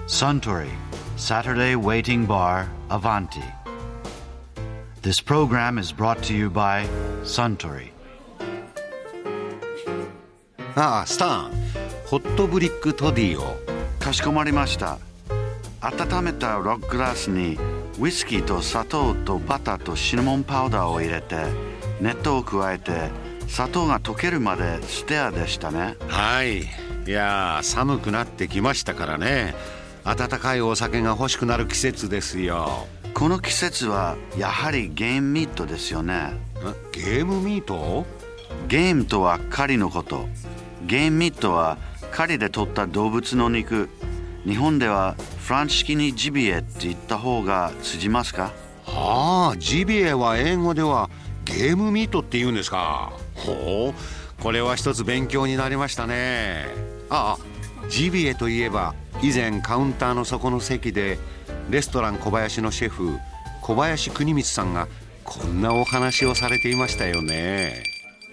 Suntory Saturday Waiting Bar Avanti. This program is brought to you by Suntory. ああ、スタン、ホットブリックトディを。 かしこまりました。温めたロックグラスにウイスキーと砂糖とバターとシナモンパウダーを入れて熱湯を加えて砂糖が溶けるまでステアでしたね。 はい。いや、寒くなってきましたからね。温かいお酒が欲しくなる季節ですよ。 この季節はやはりゲームミートですよね。 ゲームミート？ ゲームとは狩りのこと。ゲームミートは狩りで取った動物の肉。日本ではフランス式にジビエって言った方が通じますか？ はあ、ジビエは英語ではゲームミートって言うんですか。ほう、これは一つ勉強になりましたね。ああ、ジビエといえば以前カウンターの底の席でレストラン小林のシェフ小林邦光さんがこんなお話をされていましたよね。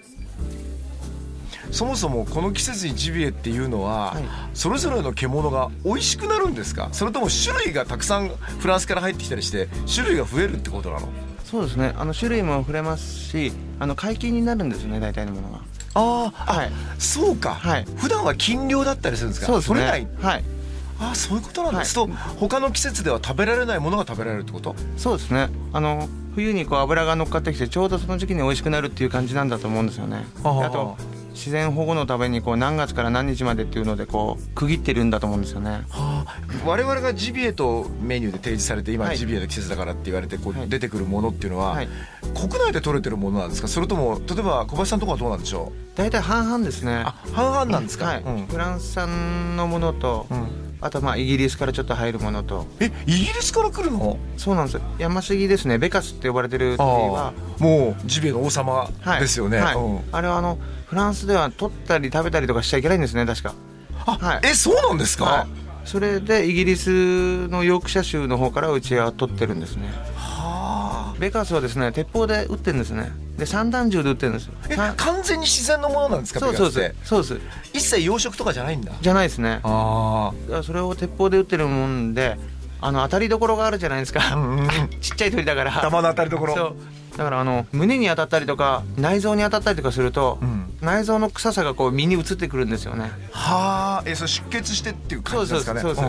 そもそもこの季節にジビエっていうのは、それぞれの獣が美味しくなるんですか？それとも種類がたくさんフランスから入ってきたりして種類が増えるってことなの？ そうですね、種類も増えますし解禁になるんですね、大体のものが。 ああ、はい、そうか、 はい、 普段は禁漁だったりするんですか？ そうですね、 取れない。 はい、 ああ、そういうことなんですと、他の季節では食べられないものが食べられるってこと？ そうですね、冬に脂が乗っかってきてちょうどその時期に美味しくなるっていう感じなんだと思うんですよね。あと自然保護のために何月から何日までっていうので区切ってるんだと思うんですよね。 我々がジビエとメニューで提示されて今、ジビエの季節だからって言われて出てくるものっていうのは、国内で取れてるものなんですか？それとも例えば小林さんのところはどうなんでしょう？ 大体半々ですね。 半々なんですか？ フランス産のものと、あとイギリスからちょっと入るものと。 イギリスから来るの？ そうなんです。山杉ですね、ベカスって呼ばれてる鳥はもうジビエの王様ですよね。 あれはフランスでは取ったり食べたりとかしちゃいけないんですね、確か。 そうなんですか？ それでイギリスのヨークシャ州の方からうちは取ってるんですね。ベカスはですね、鉄砲で撃ってるんですね。で散弾銃で撃ってるんですよ。 完全に自然のものなんですか？ベカスって。そうです。一切養殖とかじゃないんだ。 じゃないですね。それを鉄砲で撃ってるもんで、当たりどころがあるじゃないですか。ちっちゃい鳥だから弾の当たりどころ。 そうだから胸に当たったりとか内臓に当たったりとかすると、内臓の臭さが身に移ってくるんですよね。 はあ、それ出血してっていう感じですかね。 そうです。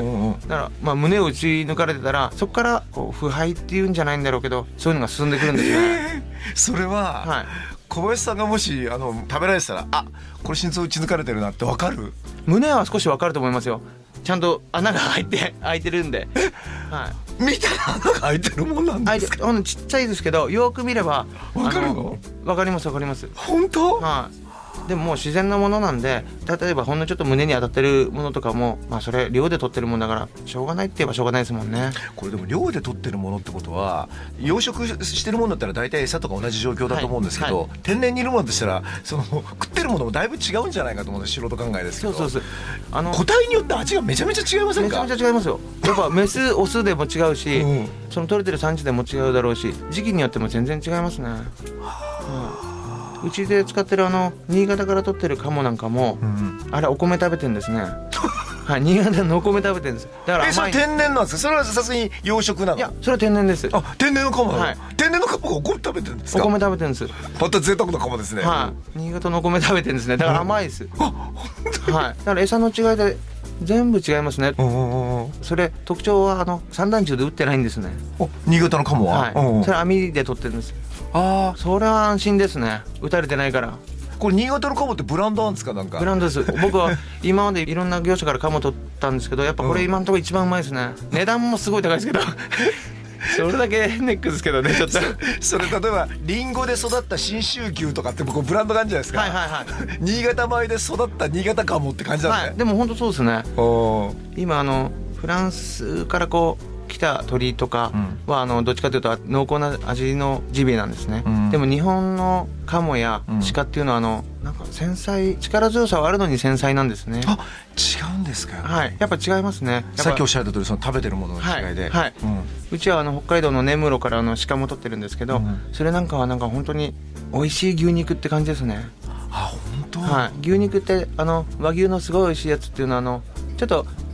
だから胸を打ち抜かれてたらそこから腐敗っていうんじゃないんだろうけど、そういうのが進んでくるんですよね。 それは、小林さんがもし食べられてたら、これ心臓打ち抜かれてるなって分かる？ 胸は少し分かると思いますよ。ちゃんと穴が開いてるんで。 見たら穴が開いてるもんなんですか？ ちっちゃいですけどよく見れば分かるの？ 分かります。 本当？ でももう自然なものなんで、例えばほんのちょっと胸に当たってるものとかも、それ量で取ってるもんだからしょうがないって言えばしょうがないですもんね。 これでも量で取ってるものってことは養殖してるものだったら大体餌とか同じ状況だと思うんですけど、天然にいるものとしたら食ってるものもだいぶ違うんじゃないかと思うんです、素人考えですけど。 そう個体によって味がめちゃめちゃ違いませんか？ めちゃめちゃ違いますよ。やっぱメスオスでも違うし、その取れてる産地でも違うだろうし、時期によっても全然違いますね。うちで使ってる新潟から取ってる鴨なんかも、あれお米食べてるんですね。新潟のお米食べてるんです。だからそれ天然なんですか？それはさすがに養殖なの？ いや、それは天然です。 天然の鴨なの？天然の鴨がお米食べてるんですか？ お米食べてるんです。 また贅沢な鴨ですね。 新潟のお米食べてるんですね。だから甘いです。だから餌の違いで全部違いますね。それ特徴は散弾銃で撃ってないんですね。 新潟の鴨は？ それ網で取ってるんです。それは安心ですね、撃たれてないから。 これ新潟の鴨ってブランドなんですか？なんかブランドです。僕は今までいろんな業者から鴨取ったんですけど、やっぱこれ今のところ一番うまいですね。値段もすごい高いですけどそれだけネックですけどね、ちょっとそれ例えばリンゴで育った信州牛とかって僕ブランドがあるじゃないですか。新潟米で育った新潟鴨って感じなんですね。 でも本当そうですね。今フランスから来た鳥とかはどっちかというと濃厚な味のジビエなんですね。でも日本のカモや鹿っていうのはなんか繊細、力強さはあるのに繊細なんですね。 違うんですか？ やっぱ違いますね。 さっきおっしゃった通り食べてるものの違いで、 うちは北海道の根室から鹿も取ってるんですけど、それなんかはなんか本当に美味しい牛肉って感じですね。 本当？ 牛肉って和牛のすごい美味しいやつっていうのはちょっと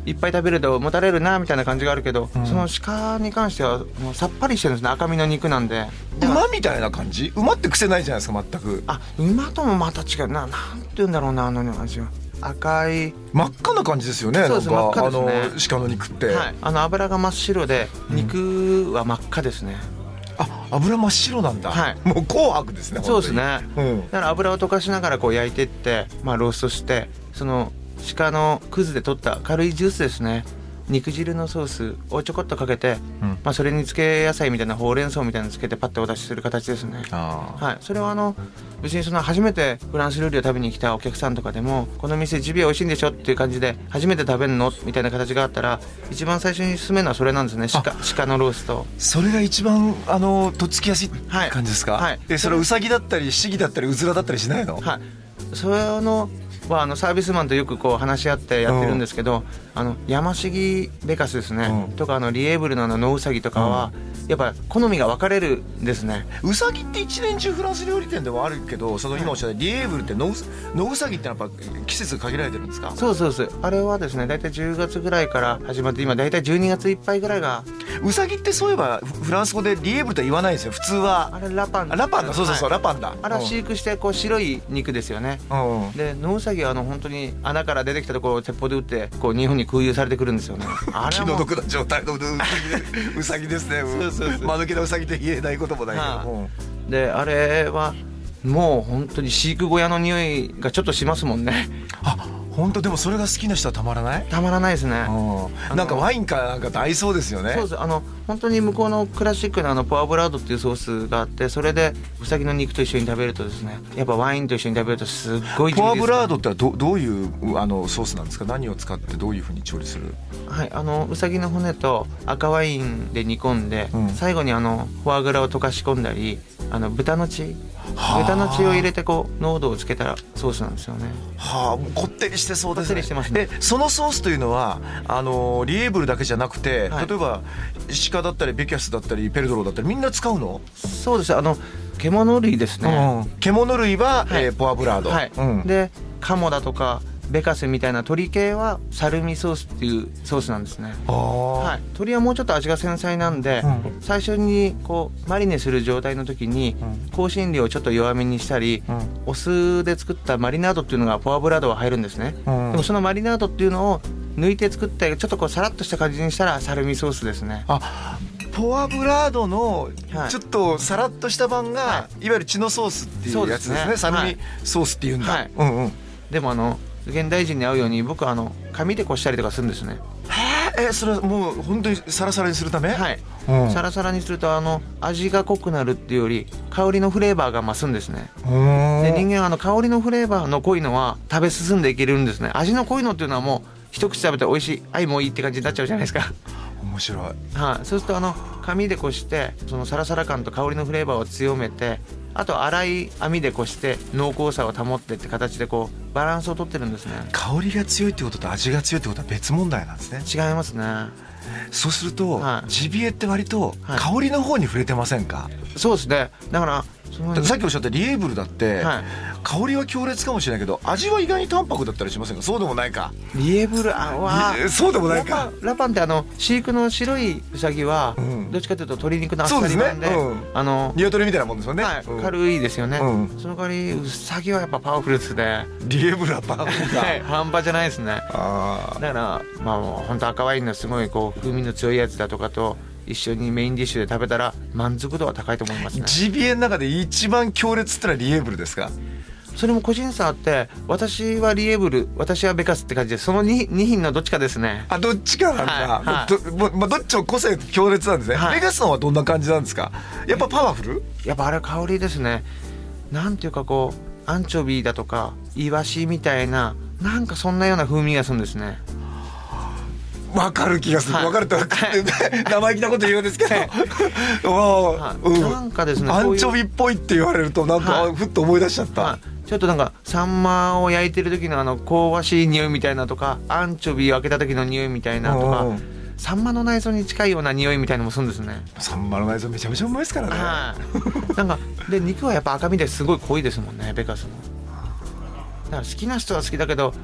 いっぱい食べるともたれるなみたいな感じがあるけど、その鹿に関してはもうさっぱりしてるんですね。赤身の肉なんで。 馬みたいな感じ？馬って癖ないじゃないですか全く。 馬ともまた違うなんて言うんだろうな、味は赤い真っ赤な感じですよね。 そうです、真っ赤ですね。 鹿の肉って、 脂が真っ白で肉は真っ赤ですね。 油真っ白なんだ、もう紅白ですね。 そうですね、だから油を溶かしながらこう焼いていって、ローストして、その鹿のくずで取った軽いジュースですね、肉汁のソースをちょこっとかけて、それに漬け野菜みたいなほうれん草みたいなのつけてパッとお出しする形ですね。それは別にその初めてフランス料理を食べに来たお客さんとかでも、この店ジビエ美味しいんでしょっていう感じで初めて食べるのみたいな形があったら、一番最初に勧めるのはそれなんですね。鹿のロースト、それが一番とっつきやすい感じですか？それはウサギだったりシギだったりウズラだったりしないの？ それはサービスマンとよくこう話し合ってやってるんですけど、ヤマシギベカスですね、とかリエーブルのノウサギとかは、やっぱ好みが分かれるんですね。 ウサギって一年中フランス料理店ではあるけど、その今おっしゃったリエーブルってノウサギってやっぱ季節が限られてるんですか？ そうです。あれはですね、だいたい10月ぐらいから始まって、今だいたい12月いっぱいぐらいが。 ウサギってそういえばフランス語でリエーブルとは言わないんですよ普通は。 あれラパンだ。 そう、ラパンだ。 あれは飼育してこう白い肉ですよね。でノウサギは本当に穴から出てきたところを鉄砲で撃ってこう日本に空輸されてくるんですよね。 気の毒な状態のウサギですね。間抜けなウサギって言えないこともないけど、 であれはもう本当に飼育小屋の匂いがちょっとしますもんね。 本当。でもそれが好きな人はたまらない？ たまらないですね。 なんかワインかなんかと合いそうですよね。 そうです。本当に向こうのクラシックなポアブラードっていうソースがあって、それでウサギの肉と一緒に食べるとですね、やっぱワインと一緒に食べるとすっごい。 ポアブラードってどういうソースなんですか？何を使ってどういうふうに調理する？ ウサギの骨と赤ワインで煮込んで、最後にフォアグラを溶かし込んだり、豚の血を入れてこう濃度をつけたソースなんですよね。 こってりしてそうですね。 こってりしてますね。 そのソースというのはリエーブルだけじゃなくて、例えば鹿だったりベキャスだったりペルドロだったりみんな使うの？ そうです。獣類ですね。 獣類は、ポアブラード、 でカモだとかベカスみたいな鳥系はサルミソースっていうソースなんですね。鳥はもうちょっと味が繊細なんで、最初にこうマリネする状態の時に香辛料をちょっと弱めにしたり、お酢で作ったマリナードっていうのがポアブラードは入るんですね。でもそのマリナードっていうのを抜いて作ってちょっとこうサラッとした感じにしたらサルミソースですね。 ポアブラードのちょっとサラッとした版が、いわゆる血のソースっていうやつですね。サルミソースっていうんだ。 でも現代人に合うように僕は紙でこしたりとかするんですね。 それはもう本当にサラサラにするため？ サラサラにすると味が濃くなるっていうより香りのフレーバーが増すんですね。で人間は香りのフレーバーの濃いのは食べ進んでいけるんですね。味の濃いのっていうのはもう一口食べて美味しい、もういいって感じになっちゃうじゃないですか。 面白い。 そうすると紙でこしてそのサラサラ感と香りのフレーバーを強めて、あと粗い網でこして濃厚さを保ってって形でこうバランスをとってるんですね。 香りが強いってことと味が強いってことは別問題なんですね。 違いますね。 そうすると、ジビエって割と香りの方に触れてませんか？ そうですね。だからさっきおっしゃったリエーブルだって、香りは強烈かもしれないけど味は意外に淡白だったりしませんか？そうでもないか。 リエーブルそうでもないか。 ラパンって飼育の白いウサギは、どっちかというと鶏肉のあっさりなんで、 鶏みたいなもんですよね。 軽いですよね。その代わりウサギはやっぱパワフルですね。 リエーブルはパワフルだ。 半端じゃないですね。だから本当赤ワインのすごいこう風味の強いやつだとかと一緒にメインディッシュで食べたら満足度は高いと思いますね。 ジビエの中で一番強烈ってのはリエーブルですか？ それも個人差あって、私はリエーブル、私はベカスって感じで、その 2品のどっちかですね。 どっちかなんだ。どっちも個性強烈なんですね。ベカスの方はどんな感じなんですか？やっぱパワフル？ やっぱあれ香りですね。なんていうかこうアンチョビだとかイワシみたいな、なんかそんなような風味がするんですね。 分かる気がする。分かるって生意気なこと言うんですけど、 なんかですね、 アンチョビっぽいって言われるとなんかふっと思い出しちゃった。 ちょっとなんかサンマを焼いてる時の香ばしい匂いみたいなとか、アンチョビを開けた時の匂いみたいなとか、サンマの内臓に近いような匂いみたいなのもするんですね。 サンマの内臓めちゃめちゃうまいですからね。 なんかで肉はやっぱ赤身ですごい濃いですもんね、ベカスの。だから好きな人は好きだけど、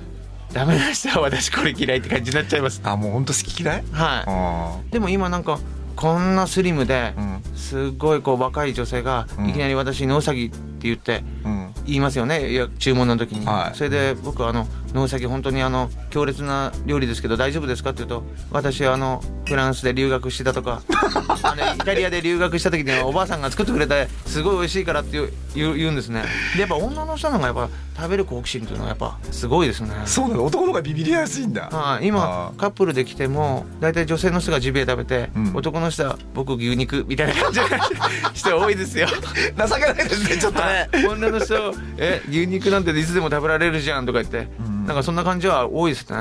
ダメな人は私これ嫌いって感じになっちゃいます。 あ、もう本当好き嫌い。 はい。でも今なんかこんなスリムで、すごいこう若い女性がいきなり私ノウサギって言って言いますよね、いや注文の時に、それで僕ノウサギ本当に強烈な料理ですけど大丈夫ですかって言うと、私フランスで留学してたとかイタリアで留学した時におばあさんが作ってくれてすごい美味しいからって言うんですね。でやっぱ女の人の方がやっぱ食べる好奇心っていうのはやっぱすごいですね。 そうなの、男の方がビビりやすいんだ。 今カップルで来ても大体女性の人がジビエ食べて、男の人は僕牛肉みたいな感じの人多いですよ。情けないですねちょっとね。 女の人牛肉なんていつでも食べられるじゃんとか言って、なんかそんな感じは多いですね。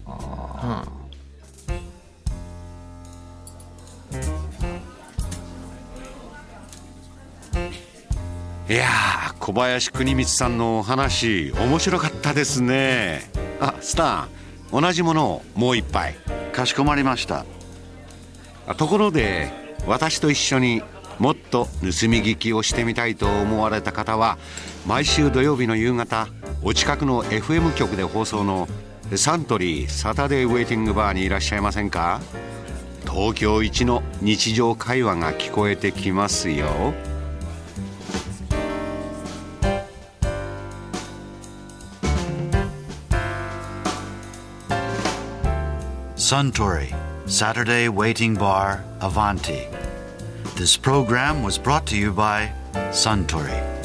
いやー、小林邦光さんのお話面白かったですね。あ、スタン同じものをもう一杯。 かしこまりました。 ところで私と一緒にもっと盗み聞きをしてみたいと思われた方は、毎週土曜日の夕方お近くの FM 局で放送のサントリーサタデーウェイティングバーにいらっしゃいませんか。東京一の日常会話が聞こえてきますよ。 Suntory Saturday Waiting Bar Avanti. This program was brought to you by Suntory.